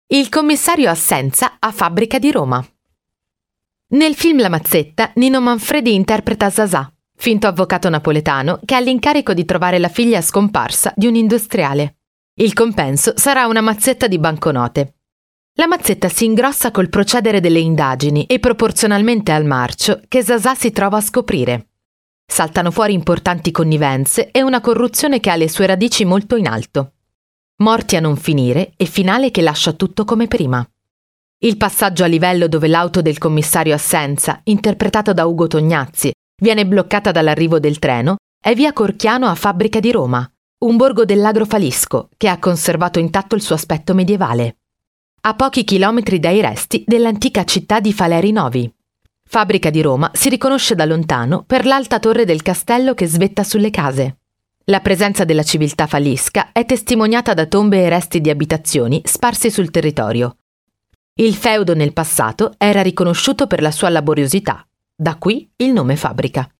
Il commissario Assenza a Fabbrica di Roma. Nel film La Mazzetta, Nino Manfredi interpreta Zasà, finto avvocato napoletano che ha l'incarico di trovare la figlia scomparsa di un industriale. Il compenso sarà una mazzetta di banconote. La mazzetta si ingrossa col procedere delle indagini e proporzionalmente al marcio che Zasà si trova a scoprire. Saltano fuori importanti connivenze e una corruzione che ha le sue radici molto in alto. Morti a non finire e finale che lascia tutto come prima. Il passaggio a livello dove l'auto del commissario Assenza, interpretato da Ugo Tognazzi, viene bloccata dall'arrivo del treno, è via Corchiano a Fabbrica di Roma, un borgo dell'Agrofalisco che ha conservato intatto il suo aspetto medievale. A pochi chilometri dai resti dell'antica città di Faleri Novi. Fabbrica di Roma si riconosce da lontano per l'alta torre del castello che svetta sulle case. La presenza della civiltà falisca è testimoniata da tombe e resti di abitazioni sparsi sul territorio. Il feudo nel passato era riconosciuto per la sua laboriosità, da qui il nome fabbrica.